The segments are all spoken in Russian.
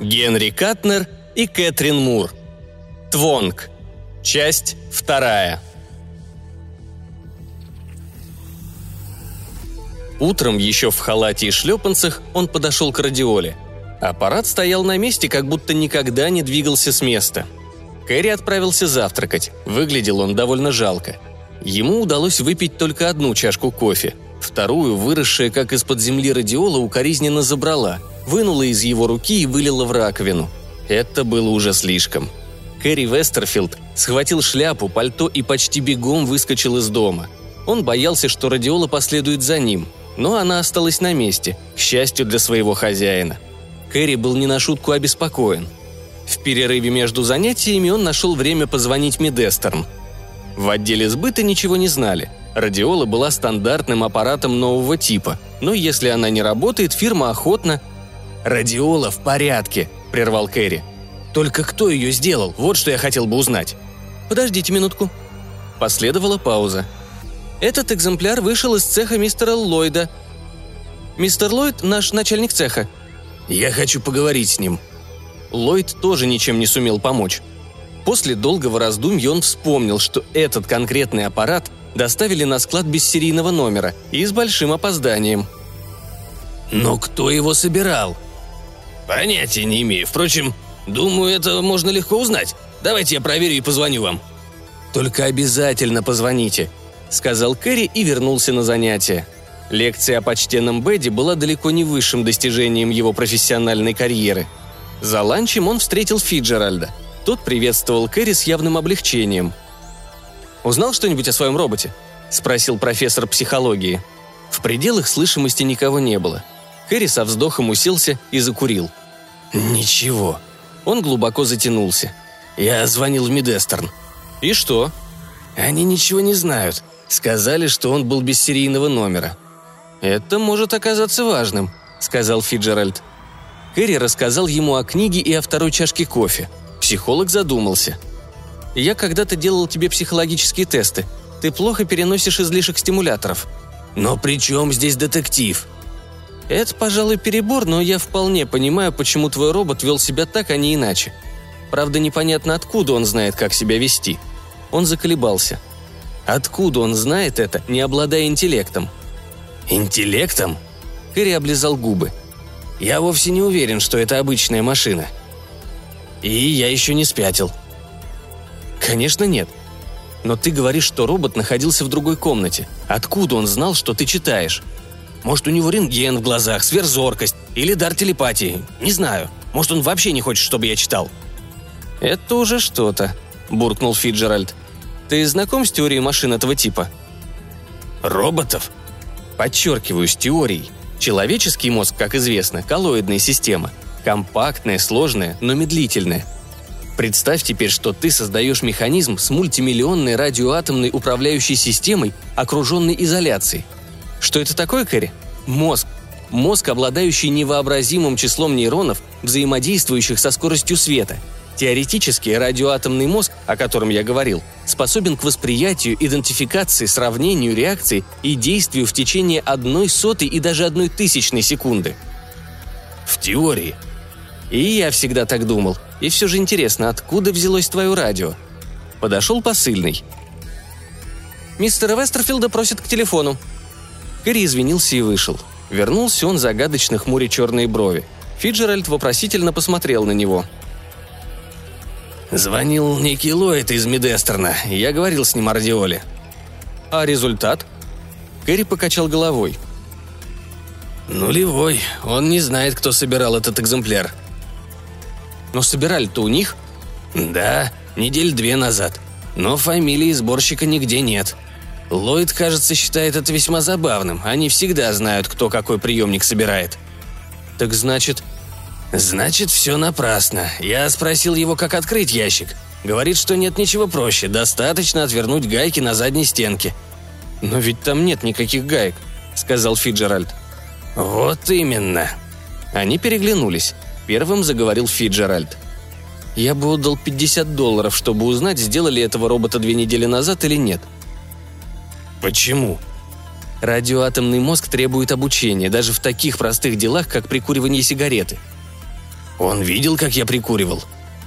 Генри Катнер и Кэтрин Мур. Твонг. Часть 2. Утром, еще в халате и шлепанцах, он подошел к радиоле. Аппарат стоял на месте, как будто никогда не двигался с места. Кэрри отправился завтракать. Выглядел он довольно жалко. Ему удалось выпить только одну чашку кофе. Вторую, выросшая как из-под земли радиола, укоризненно забрала, вынула из его руки и вылила в раковину. Это было уже слишком. Кэрри Вестерфилд схватил шляпу, пальто и почти бегом выскочил из дома. Он боялся, что радиола последует за ним, но она осталась на месте, к счастью для своего хозяина. Кэрри был не на шутку обеспокоен. В перерыве между занятиями он нашел время позвонить Мидестерн. В отделе сбыта ничего не знали. Радиола была стандартным аппаратом нового типа, но если она не работает, фирма охотно… «Радиола в порядке», – прервал Кэрри. «Только кто ее сделал? Вот что я хотел бы узнать». «Подождите минутку». Последовала пауза. «Этот экземпляр вышел из цеха мистера Ллойда. Мистер Ллойд – наш начальник цеха». «Я хочу поговорить с ним». Ллойд тоже ничем не сумел помочь. После долгого раздумья он вспомнил, что этот конкретный аппарат доставили на склад без серийного номера и с большим опозданием. «Но кто его собирал?» «Понятия не имею. Впрочем, думаю, это можно легко узнать. Давайте я проверю и позвоню вам». «Только обязательно позвоните», — сказал Кэрри и вернулся на занятия. Лекция о почтенном Бэдди была далеко не высшим достижением его профессиональной карьеры. За ланчем он встретил Фицджеральда. Тот приветствовал Кэрри с явным облегчением. «Узнал что-нибудь о своем роботе?» – спросил профессор психологии. В пределах слышимости никого не было. Кэрри со вздохом уселся и закурил. «Ничего». Он глубоко затянулся. «Я звонил в Мидестерн». «И что?» «Они ничего не знают. Сказали, что он был без серийного номера». «Это может оказаться важным», – сказал Фицджеральд. Кэрри рассказал ему о книге и о второй чашке кофе. Психолог задумался. «Я когда-то делал тебе психологические тесты. Ты плохо переносишь излишек стимуляторов». «Но при чем здесь детектив?» «Это, пожалуй, перебор, но я вполне понимаю, почему твой робот вел себя так, а не иначе. Правда, непонятно, откуда он знает, как себя вести». Он заколебался. Откуда он знает это, не обладая интеллектом? «Интеллектом?» Кэрри облизал губы. «Я вовсе не уверен, что это обычная машина. И я еще не спятил». «Конечно нет. Но ты говоришь, что робот находился в другой комнате. Откуда он знал, что ты читаешь? Может, у него рентген в глазах, сверхзоркость или дар телепатии? Не знаю. Может, он вообще не хочет, чтобы я читал?» «Это уже что-то», – буркнул Фицджеральд. «Ты знаком с теорией машин этого типа?» «Роботов?» «Подчеркиваю, с теорией. Человеческий мозг, как известно, коллоидная система. Компактная, сложная, но медлительная. Представь теперь, что ты создаешь механизм с мультимиллионной радиоатомной управляющей системой, окруженной изоляцией. Что это такое, Кэрри? Мозг. Мозг, обладающий невообразимым числом нейронов, взаимодействующих со скоростью света. Теоретически радиоатомный мозг, о котором я говорил, способен к восприятию, идентификации, сравнению реакций и действию в течение 1/100 и даже 1/1000 секунды. В теории. И я всегда так думал. И все же интересно, откуда взялось твое радио? Подошел посыльный. «Мистера Вестерфилда просят к телефону». Кэрри извинился и вышел. Вернулся он, загадочно хмуря черные брови. Фицджеральд вопросительно посмотрел на него. «Звонил некий Ллойд из Мидестерна. Я говорил с ним о радиоле». «А результат?» Кэрри покачал головой. «Нулевой. Он не знает, кто собирал этот экземпляр». «Но собирали-то у них?» «Да, 2 недели назад. Но фамилии сборщика нигде нет. Ллойд, кажется, считает это весьма забавным. Они всегда знают, кто какой приемник собирает». «Так значит...» «Значит, все напрасно. Я спросил его, как открыть ящик. Говорит, что нет ничего проще. Достаточно отвернуть гайки на задней стенке». «Но ведь там нет никаких гаек», — сказал Фицджеральд. «Вот именно». Они переглянулись. Первым заговорил Фицджеральд. «Я бы отдал $50, чтобы узнать, сделали этого робота 2 недели назад или нет». «Почему?» Радиоатомный мозг требует обучения, даже в таких простых делах, как прикуривание сигареты. Он видел, как я прикуривал?»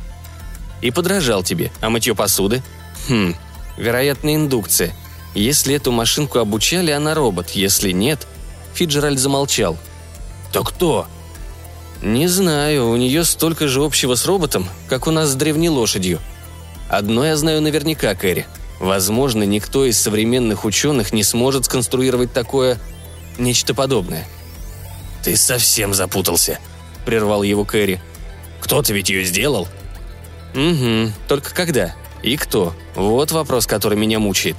«И подражал тебе. А мытье посуды?» Вероятно, индукция. Если эту машинку обучали, она робот. Если нет...» Фиджеральд замолчал. «То кто?» «Не знаю, у нее столько же общего с роботом, как у нас с древней лошадью. Одно я знаю наверняка, Кэрри. Возможно, никто из современных ученых не сможет сконструировать такое... нечто подобное». «Ты совсем запутался», — прервал его Кэрри. «Кто-то ведь ее сделал?» «Угу, только когда? И кто? Вот вопрос, который меня мучает».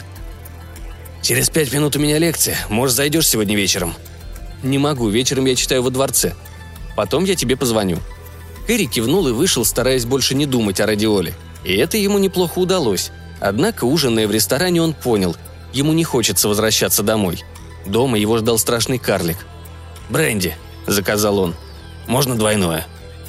«Через 5 минут у меня лекция. Может, зайдешь сегодня вечером?» «Не могу, вечером я читаю во дворце. Потом я тебе позвоню». Кэрри кивнул и вышел, стараясь больше не думать о радиоле. И это ему неплохо удалось. Однако, ужиная в ресторане, он понял, ему не хочется возвращаться домой. Дома его ждал страшный карлик. «Бренди», — заказал он. «Можно двойное?»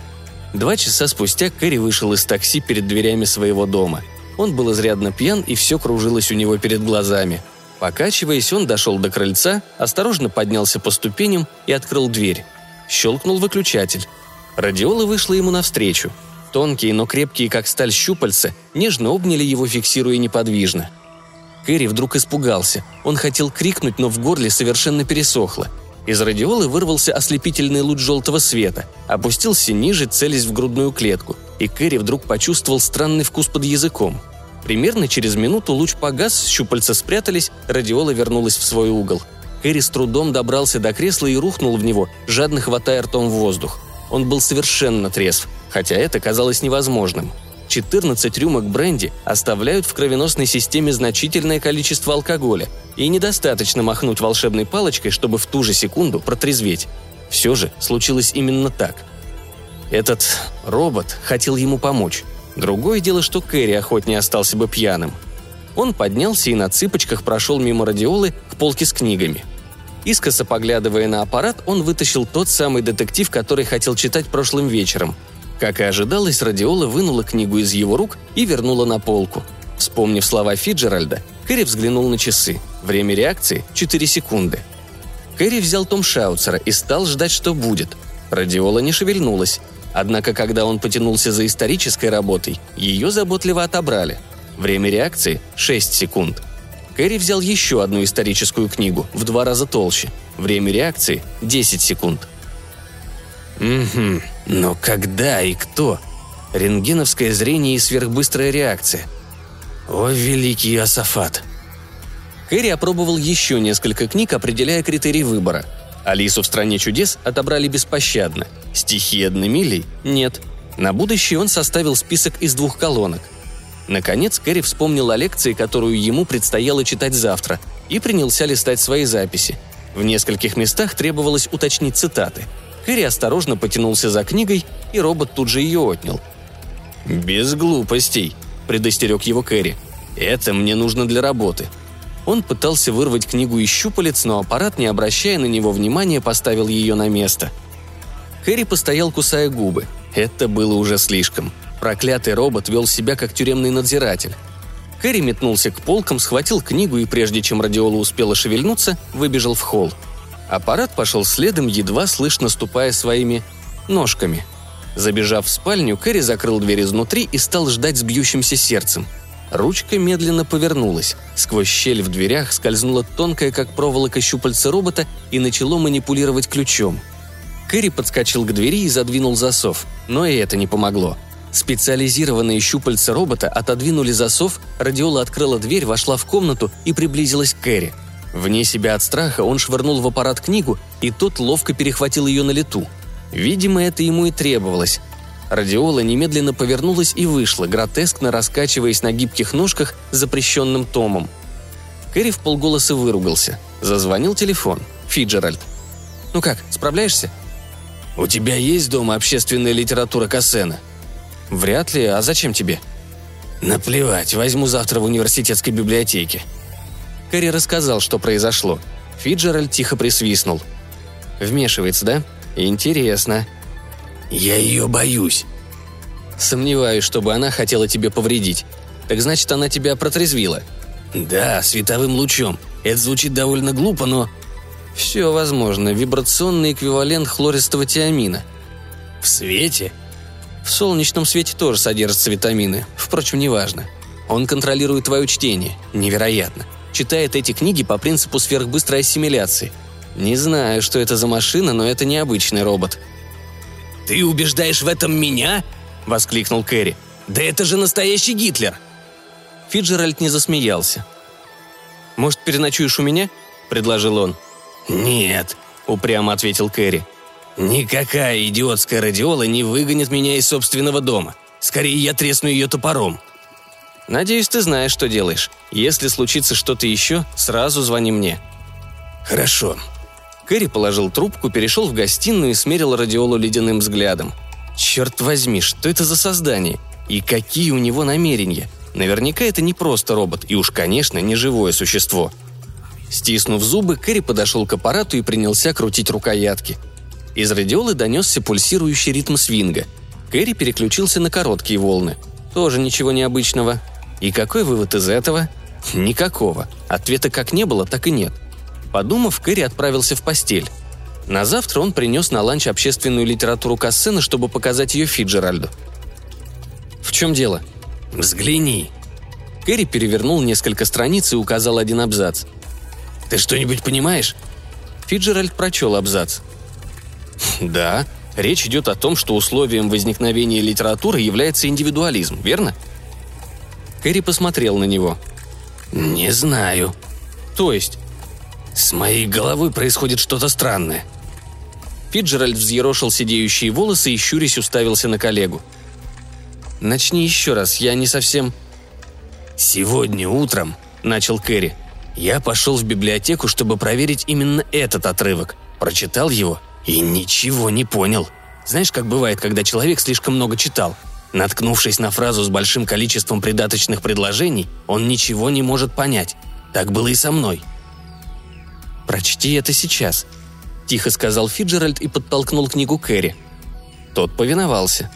2 часа спустя Кэрри вышел из такси перед дверями своего дома. Он был изрядно пьян, и все кружилось у него перед глазами. Покачиваясь, он дошел до крыльца, осторожно поднялся по ступеням и открыл дверь. Щелкнул выключатель. Радиола вышла ему навстречу. Тонкие, но крепкие, как сталь, щупальца нежно обняли его, фиксируя неподвижно. Кэрри вдруг испугался. Он хотел крикнуть, но в горле совершенно пересохло. Из радиолы вырвался ослепительный луч желтого света, опустился ниже, целясь в грудную клетку, и Кэрри вдруг почувствовал странный вкус под языком. Примерно через минуту луч погас, щупальца спрятались, радиола вернулась в свой угол. Кэрри с трудом добрался до кресла и рухнул в него, жадно хватая ртом воздух. Он был совершенно трезв, хотя это казалось невозможным. 14 рюмок бренди оставляют в кровеносной системе значительное количество алкоголя, и недостаточно махнуть волшебной палочкой, чтобы в ту же секунду протрезветь. Все же случилось именно так. Этот робот хотел ему помочь. Другое дело, что Кэрри охотнее остался бы пьяным. Он поднялся и на цыпочках прошел мимо радиолы к полке с книгами. Искоса поглядывая на аппарат, он вытащил тот самый детектив, который хотел читать прошлым вечером. Как и ожидалось, радиола вынула книгу из его рук и вернула на полку. Вспомнив слова Фиджеральда, Кэрри взглянул на часы. Время реакции – 4 секунды. Кэрри взял том Шауцера и стал ждать, что будет. Радиола не шевельнулась. Однако, когда он потянулся за исторической работой, ее заботливо отобрали. Время реакции – 6 секунд. Кэрри взял еще одну историческую книгу, в 2 раза толще. Время реакции – 10 секунд. Но когда и кто? Рентгеновское зрение и сверхбыстрая реакция. О, великий Иосафат! Кэрри опробовал еще несколько книг, определяя критерий выбора. «Алису в стране чудес» отобрали беспощадно. «Стихи Эдны Милли» – нет. На будущее он составил список из 2 колонок. Наконец Кэрри вспомнил о лекции, которую ему предстояло читать завтра, и принялся листать свои записи. В нескольких местах требовалось уточнить цитаты. Кэрри осторожно потянулся за книгой, и робот тут же ее отнял. «Без глупостей», – предостерег его Кэрри. «Это мне нужно для работы». Он пытался вырвать книгу из щупалец, но аппарат, не обращая на него внимания, поставил ее на место. Кэрри постоял, кусая губы. Это было уже слишком. Проклятый робот вел себя как тюремный надзиратель. Кэрри метнулся к полкам, схватил книгу и, прежде чем радиола успела шевельнуться, выбежал в холл. Аппарат пошел следом, едва слышно ступая своими ножками. Забежав в спальню, Кэрри закрыл дверь изнутри и стал ждать с бьющимся сердцем. Ручка медленно повернулась. Сквозь щель в дверях скользнула тонкая, как проволока, щупальце робота и начало манипулировать ключом. Кэрри подскочил к двери и задвинул засов, но и это не помогло. Специализированные щупальца робота отодвинули засов, радиола открыла дверь, вошла в комнату и приблизилась к Кэрри. Вне себя от страха он швырнул в аппарат книгу, и тот ловко перехватил ее на лету. Видимо, это ему и требовалось. Радиола немедленно повернулась и вышла, гротескно раскачиваясь на гибких ножках с запрещенным томом. Кэрри вполголоса выругался. Зазвонил телефон. Фиджеральд. «Ну как, справляешься?» «У тебя есть дома общественная литература Кассена?» «Вряд ли. А зачем тебе?» «Наплевать, возьму завтра в университетской библиотеке». Кэрри рассказал, что произошло. Фиджеральд тихо присвистнул. «Вмешивается, да? Интересно». «Я ее боюсь». «Сомневаюсь, чтобы она хотела тебе повредить. Так значит, она тебя протрезвила?» «Да, световым лучом. Это звучит довольно глупо, но...» «Все возможно. Вибрационный эквивалент хлористого тиамина». «В свете? В солнечном свете тоже содержатся витамины. Впрочем, неважно. Он контролирует твое чтение. Невероятно. Читает эти книги по принципу сверхбыстрой ассимиляции. Не знаю, что это за машина, но это необычный робот». «Ты убеждаешь в этом меня?» – воскликнул Кэрри. «Да это же настоящий Гитлер!» Фиджеральд не засмеялся. «Может, переночуешь у меня?» – предложил он. «Нет», – упрямо ответил Кэрри. «Никакая идиотская радиола не выгонит меня из собственного дома. Скорее, я тресну ее топором». «Надеюсь, ты знаешь, что делаешь. Если случится что-то еще, сразу звони мне». «Хорошо». Кэрри положил трубку, перешел в гостиную и смерил радиолу ледяным взглядом. «Черт возьми, что это за создание? И какие у него намерения? Наверняка это не просто робот, и уж, конечно, не живое существо». Стиснув зубы, Кэрри подошел к аппарату и принялся крутить рукоятки. Из радиолы донесся пульсирующий ритм свинга. Кэрри переключился на короткие волны. Тоже ничего необычного. И какой вывод из этого? Никакого. Ответа как не было, так и нет. Подумав, Кэрри отправился в постель. На завтра он принес на ланч общественную литературу Кассена, чтобы показать ее Фиджеральду. «В чем дело?» «Взгляни». Кэрри перевернул несколько страниц и указал один абзац. «Ты что-нибудь понимаешь?» Фиджеральд прочел абзац. «Да, речь идет о том, что условием возникновения литературы является индивидуализм, верно?» Кэрри посмотрел на него. «Не знаю». «То есть?» «С моей головой происходит что-то странное». Фиджеральд взъерошил сидеющие волосы и, щурясь, уставился на коллегу. «Начни еще раз, я не совсем...» «Сегодня утром», — начал Кэрри, — «я пошел в библиотеку, чтобы проверить именно этот отрывок. Прочитал его и ничего не понял. Знаешь, как бывает, когда человек слишком много читал? Наткнувшись на фразу с большим количеством придаточных предложений, он ничего не может понять. Так было и со мной». «Прочти это сейчас», – тихо сказал Фиджеральд и подтолкнул книгу Кэрри. Тот повиновался.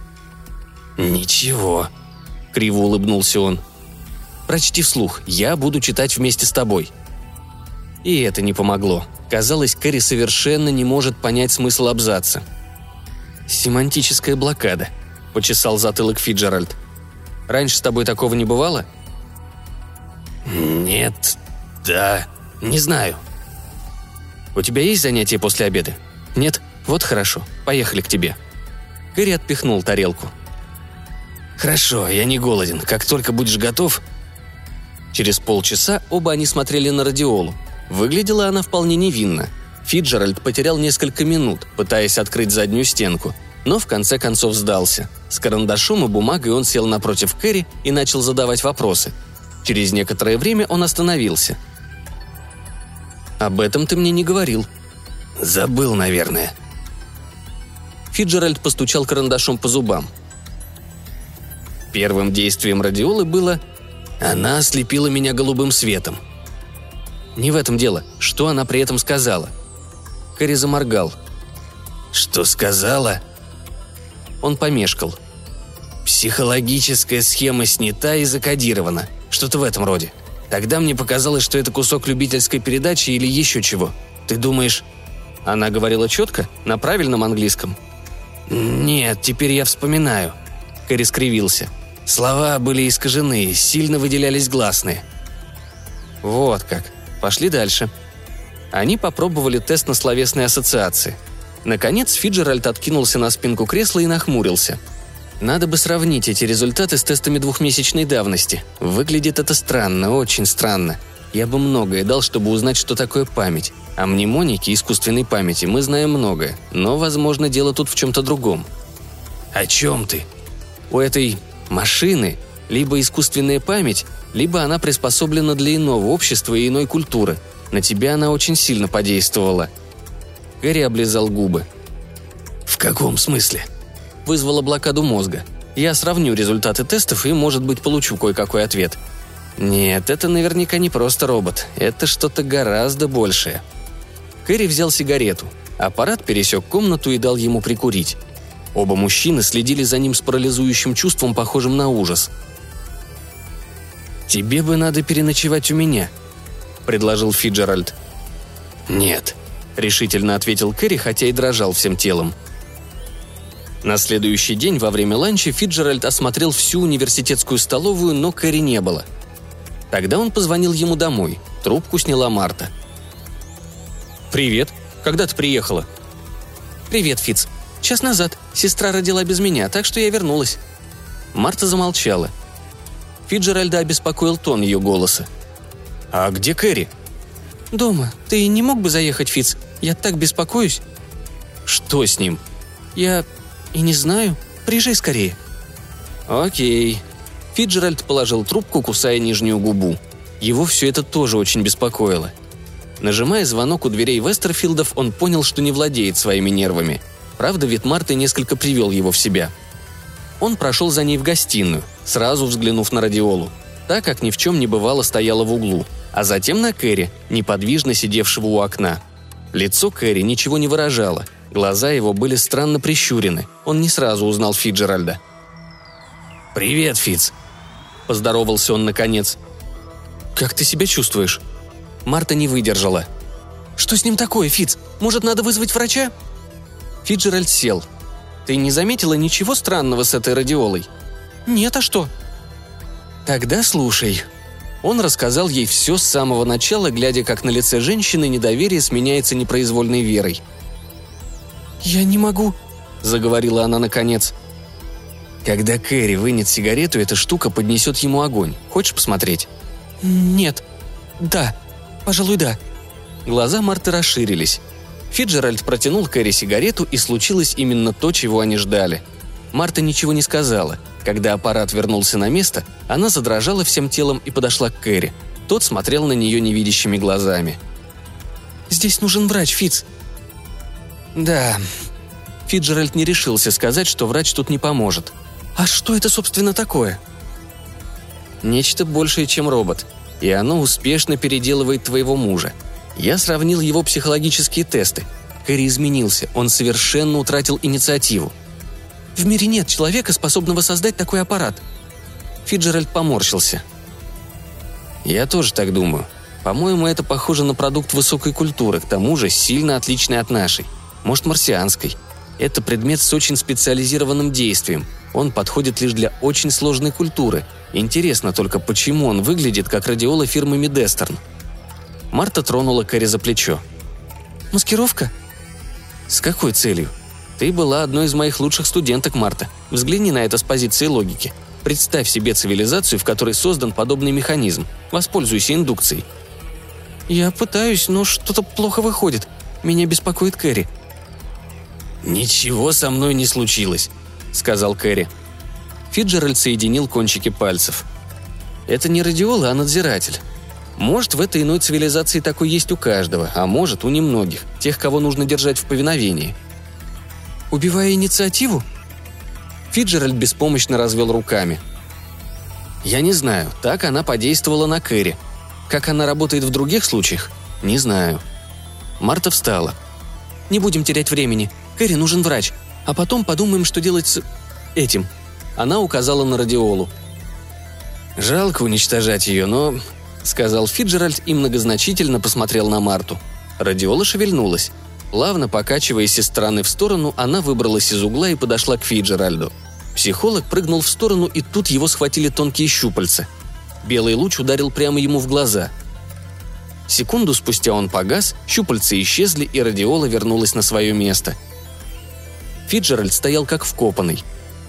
«Ничего», – криво улыбнулся он. «Прочти вслух, я буду читать вместе с тобой». И это не помогло. Казалось, Кэрри совершенно не может понять смысл абзаца. «Семантическая блокада», – почесал затылок Фиджеральд. «Раньше с тобой такого не бывало?» «Нет, да, не знаю». «У тебя есть занятия после обеда?» «Нет? Вот хорошо. Поехали к тебе». Кэрри отпихнул тарелку. «Хорошо, я не голоден. Как только будешь готов...» Через полчаса оба они смотрели на радиолу. Выглядела она вполне невинно. Фиджеральд потерял несколько минут, пытаясь открыть заднюю стенку, но в конце концов сдался. С карандашом и бумагой он сел напротив Кэрри и начал задавать вопросы. Через некоторое время он остановился. «Об этом ты мне не говорил». «Забыл, наверное». Фиджеральд постучал карандашом по зубам. Первым действием радиолы было «Она ослепила меня голубым светом». «Не в этом дело. Что она при этом сказала?» Кэрри заморгал. «Что сказала?» Он помешкал. «Психологическая схема снята и закодирована. Что-то в этом роде. Тогда мне показалось, что это кусок любительской передачи или еще чего. Ты думаешь...» Она говорила четко, на правильном английском. «Нет, теперь я вспоминаю». Кэрри скривился. Слова были искажены, сильно выделялись гласные. «Вот как. Пошли дальше». Они попробовали тест на словесные ассоциации. Наконец Фиджеральд откинулся на спинку кресла и нахмурился. «Надо бы сравнить эти результаты с тестами двухмесячной давности. Выглядит это странно, очень странно. Я бы многое дал, чтобы узнать, что такое память. О мнемонике, искусственной памяти, мы знаем многое, но, возможно, дело тут в чем-то другом». «О чем ты?» «У этой машины либо искусственная память, либо она приспособлена для иного общества и иной культуры. На тебя она очень сильно подействовала». Кэрри облизал губы. «В каком смысле?» «Вызвала блокаду мозга. Я сравню результаты тестов и, может быть, получу кое-какой ответ. Нет, это наверняка не просто робот. Это что-то гораздо большее». Кэрри взял сигарету. Аппарат пересек комнату и дал ему прикурить. Оба мужчины следили за ним с парализующим чувством, похожим на ужас. «Тебе бы надо переночевать у меня», — предложил Фиджеральд. «Нет», — решительно ответил Кэрри, хотя и дрожал всем телом. На следующий день во время ланча Фицджеральд осмотрел всю университетскую столовую, но Кэрри не было. Тогда он позвонил ему домой. Трубку сняла Марта. «Привет. Когда ты приехала?» «Привет, Фиц. Час назад. Сестра родила без меня, так что я вернулась». Марта замолчала. Фицджеральда обеспокоил тон ее голоса. «А где Кэрри?» «Дома. Ты не мог бы заехать, Фиц? Я так беспокоюсь». «Что с ним?» «Я и не знаю. Приезжай скорее». «Окей». Фицджеральд положил трубку, кусая нижнюю губу. Его все это тоже очень беспокоило. Нажимая звонок у дверей Вестерфилдов, он понял, что не владеет своими нервами. Правда, вид Марты несколько привел его в себя. Он прошел за ней в гостиную, сразу взглянув на радиолу. Та, как ни в чем не бывало, стояла в углу, а затем на Кэрри, неподвижно сидевшего у окна. Лицо Кэрри ничего не выражало, глаза его были странно прищурены, он не сразу узнал Фицджеральда. «Привет, Фиц», – поздоровался он наконец. «Как ты себя чувствуешь?» Марта не выдержала. «Что с ним такое, Фиц? Может, надо вызвать врача?» Фицджеральд сел. «Ты не заметила ничего странного с этой радиолой?» «Нет, а что?» «Тогда слушай». Он рассказал ей все с самого начала, глядя, как на лице женщины недоверие сменяется непроизвольной верой. «Я не могу», — заговорила она наконец. «Когда Кэрри вынет сигарету, эта штука поднесет ему огонь. Хочешь посмотреть?» «Нет. Да. Пожалуй, да». Глаза Марты расширились. Фицджеральд протянул Кэрри сигарету, и случилось именно то, чего они ждали. Марта ничего не сказала. Когда аппарат вернулся на место, она задрожала всем телом и подошла к Кэрри. Тот смотрел на нее невидящими глазами. «Здесь нужен врач, Фиц». «Да». Фицджеральд не решился сказать, что врач тут не поможет. «А что это, собственно, такое?» «Нечто большее, чем робот. И оно успешно переделывает твоего мужа. Я сравнил его психологические тесты. Кэрри изменился, он совершенно утратил инициативу. В мире нет человека, способного создать такой аппарат». Фицджеральд поморщился. «Я тоже так думаю. По-моему, это похоже на продукт высокой культуры, к тому же сильно отличный от нашей. Может, марсианской. Это предмет с очень специализированным действием. Он подходит лишь для очень сложной культуры. Интересно только, почему он выглядит как радиола фирмы Мидестерн». Марта тронула Кэрри за плечо. «Маскировка?» «С какой целью? Ты была одной из моих лучших студенток, Марта. Взгляни на это с позиции логики. Представь себе цивилизацию, в которой создан подобный механизм. Воспользуйся индукцией». «Я пытаюсь, но что-то плохо выходит. Меня беспокоит Кэрри». «Ничего со мной не случилось», — сказал Кэрри. Фицджеральд соединил кончики пальцев. «Это не радиола, а надзиратель. Может, в этой иной цивилизации такой есть у каждого, а может, у немногих, тех, кого нужно держать в повиновении». «Убивая инициативу?» Фицджеральд беспомощно развел руками. «Я не знаю, так она подействовала на Кэрри. Как она работает в других случаях, не знаю». Марта встала. «Не будем терять времени. Кэрри нужен врач. А потом подумаем, что делать с этим». Она указала на радиолу. «Жалко уничтожать ее, но...» — сказал Фицджеральд и многозначительно посмотрел на Марту. Радиола шевельнулась. Плавно покачиваясь из стороны в сторону, она выбралась из угла и подошла к Фицджеральду. Психолог прыгнул в сторону, и тут его схватили тонкие щупальца. Белый луч ударил прямо ему в глаза. Секунду спустя он погас, щупальца исчезли, и радиола вернулась на свое место. Фицджеральд стоял как вкопанный.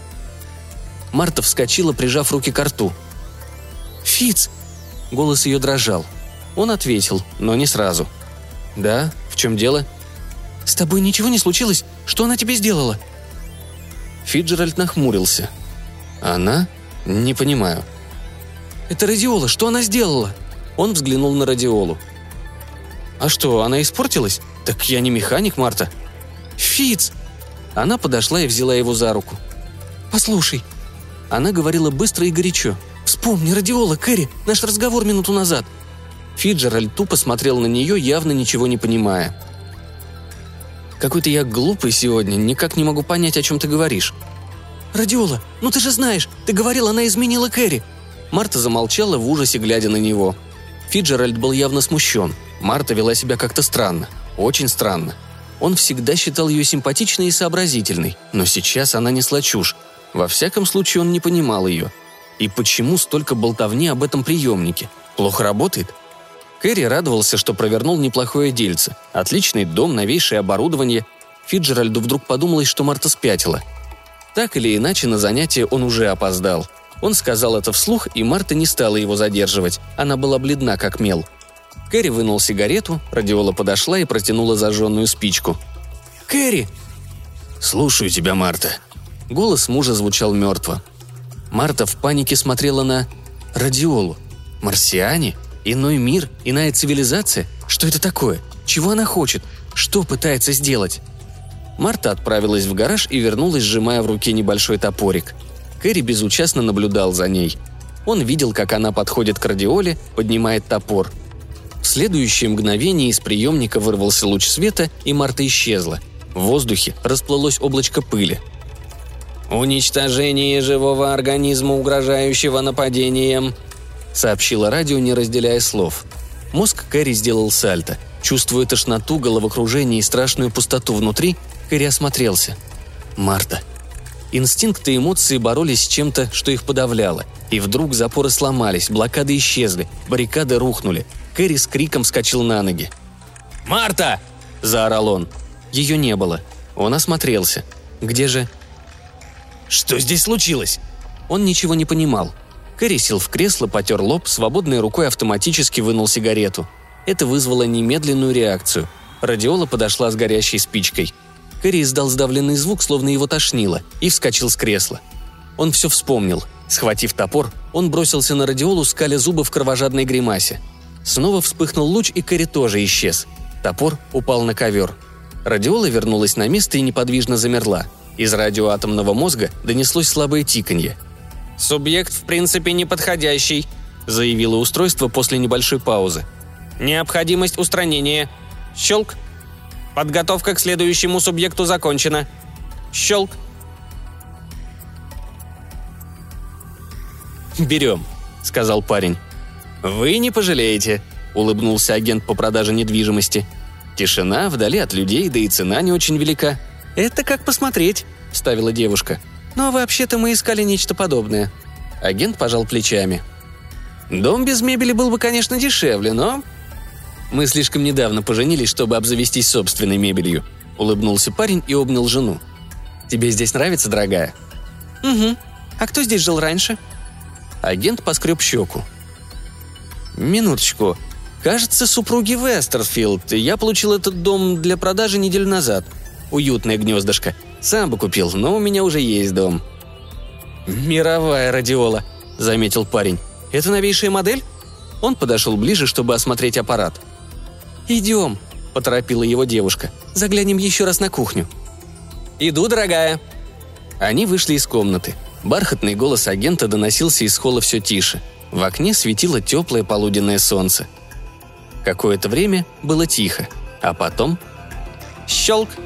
Марта вскочила, прижав руки к рту. «Фиц!» Голос ее дрожал. Он ответил, но не сразу. «Да? В чем дело?» «С тобой ничего не случилось? Что она тебе сделала?» Фицджеральд нахмурился. «Она? Не понимаю». «Это радиола, что она сделала?» Он взглянул на радиолу. «А что, она испортилась? Так я не механик, Марта». «Фиц!» Она подошла и взяла его за руку. «Послушай». Она говорила быстро и горячо. «Вспомни, радиола, Кэрри, наш разговор минуту назад». Фицджеральд тупо смотрел на нее, явно ничего не понимая. «Какой-то я глупый сегодня, никак не могу понять, о чем ты говоришь». «Радиола, ну ты же знаешь, ты говорил, она изменила Кэрри». Марта замолчала в ужасе, глядя на него. Фицджеральд был явно смущен. Марта вела себя как-то странно. Очень странно. Он всегда считал ее симпатичной и сообразительной, но сейчас она несла чушь. Во всяком случае, он не понимал ее. И почему столько болтовни об этом приемнике? Плохо работает? Кэрри радовался, что провернул неплохое дельце. Отличный дом, новейшее оборудование. Фиджеральду вдруг подумалось, что Марта спятила. Так или иначе, на занятие он уже опоздал. Он сказал это вслух, и Марта не стала его задерживать. Она была бледна, как мел. Кэрри вынул сигарету, Радиола подошла и протянула зажженную спичку. «Кэрри!» «Слушаю тебя, Марта». Голос мужа звучал мертво. Марта в панике смотрела на Радиолу. Марсиане? Иной мир? Иная цивилизация? Что это такое? Чего она хочет? Что пытается сделать? Марта отправилась в гараж и вернулась, сжимая в руке небольшой топорик. Кэрри безучастно наблюдал за ней. Он видел, как она подходит к Радиоле, поднимает топор. В следующее мгновение из приемника вырвался луч света, и Марта исчезла. В воздухе расплылось облачко пыли. «Уничтожение живого организма, угрожающего нападением», — сообщило радио, не разделяя слов. Мозг Кэрри сделал сальто. Чувствуя тошноту, головокружение и страшную пустоту внутри, Кэрри осмотрелся. Марта. Инстинкты и эмоции боролись с чем-то, что их подавляло. И вдруг запоры сломались, блокады исчезли, баррикады рухнули. Кэрри с криком вскочил на ноги. «Марта!» – заорал он. Ее не было. Он осмотрелся. Где же... «Что здесь случилось?» Он ничего не понимал. Кэрри сел в кресло, потер лоб, свободной рукой автоматически вынул сигарету. Это вызвало немедленную реакцию. Радиола подошла с горящей спичкой. Кэрри издал сдавленный звук, словно его тошнило, и вскочил с кресла. Он все вспомнил. Схватив топор, он бросился на Радиолу, скаля зубы в кровожадной гримасе. Снова вспыхнул луч, и Кэрри тоже исчез. Топор упал на ковер. Радиола вернулась на место и неподвижно замерла. Из радиоатомного мозга донеслось слабое тиканье. «Субъект в принципе неподходящий», — заявило устройство после небольшой паузы. «Необходимость устранения. Щелк. Подготовка к следующему субъекту закончена. Щелк». «Берем», — сказал парень. «Вы не пожалеете», — улыбнулся агент по продаже недвижимости. «Тишина, вдали от людей, да и цена не очень велика». «Это как посмотреть», — вставила девушка. «Но вообще-то мы искали нечто подобное». Агент пожал плечами. «Дом без мебели был бы, конечно, дешевле, но...» «Мы слишком недавно поженились, чтобы обзавестись собственной мебелью», — улыбнулся парень и обнял жену. «Тебе здесь нравится, дорогая?» «Угу. А кто здесь жил раньше?» Агент поскреб щеку. «Минуточку. Кажется, супруги Вестерфилд. Я получил этот дом для продажи неделю назад. Уютное гнездышко. Сам бы купил, но у меня уже есть дом». «Мировая радиола», — заметил парень. «Это новейшая модель?» Он подошел ближе, чтобы осмотреть аппарат. «Идем», — поторопила его девушка. «Заглянем еще раз на кухню». «Иду, дорогая». Они вышли из комнаты. Бархатный голос агента доносился из холла все тише. В окне светило теплое полуденное солнце. Какое-то время было тихо, а потом... Щелк!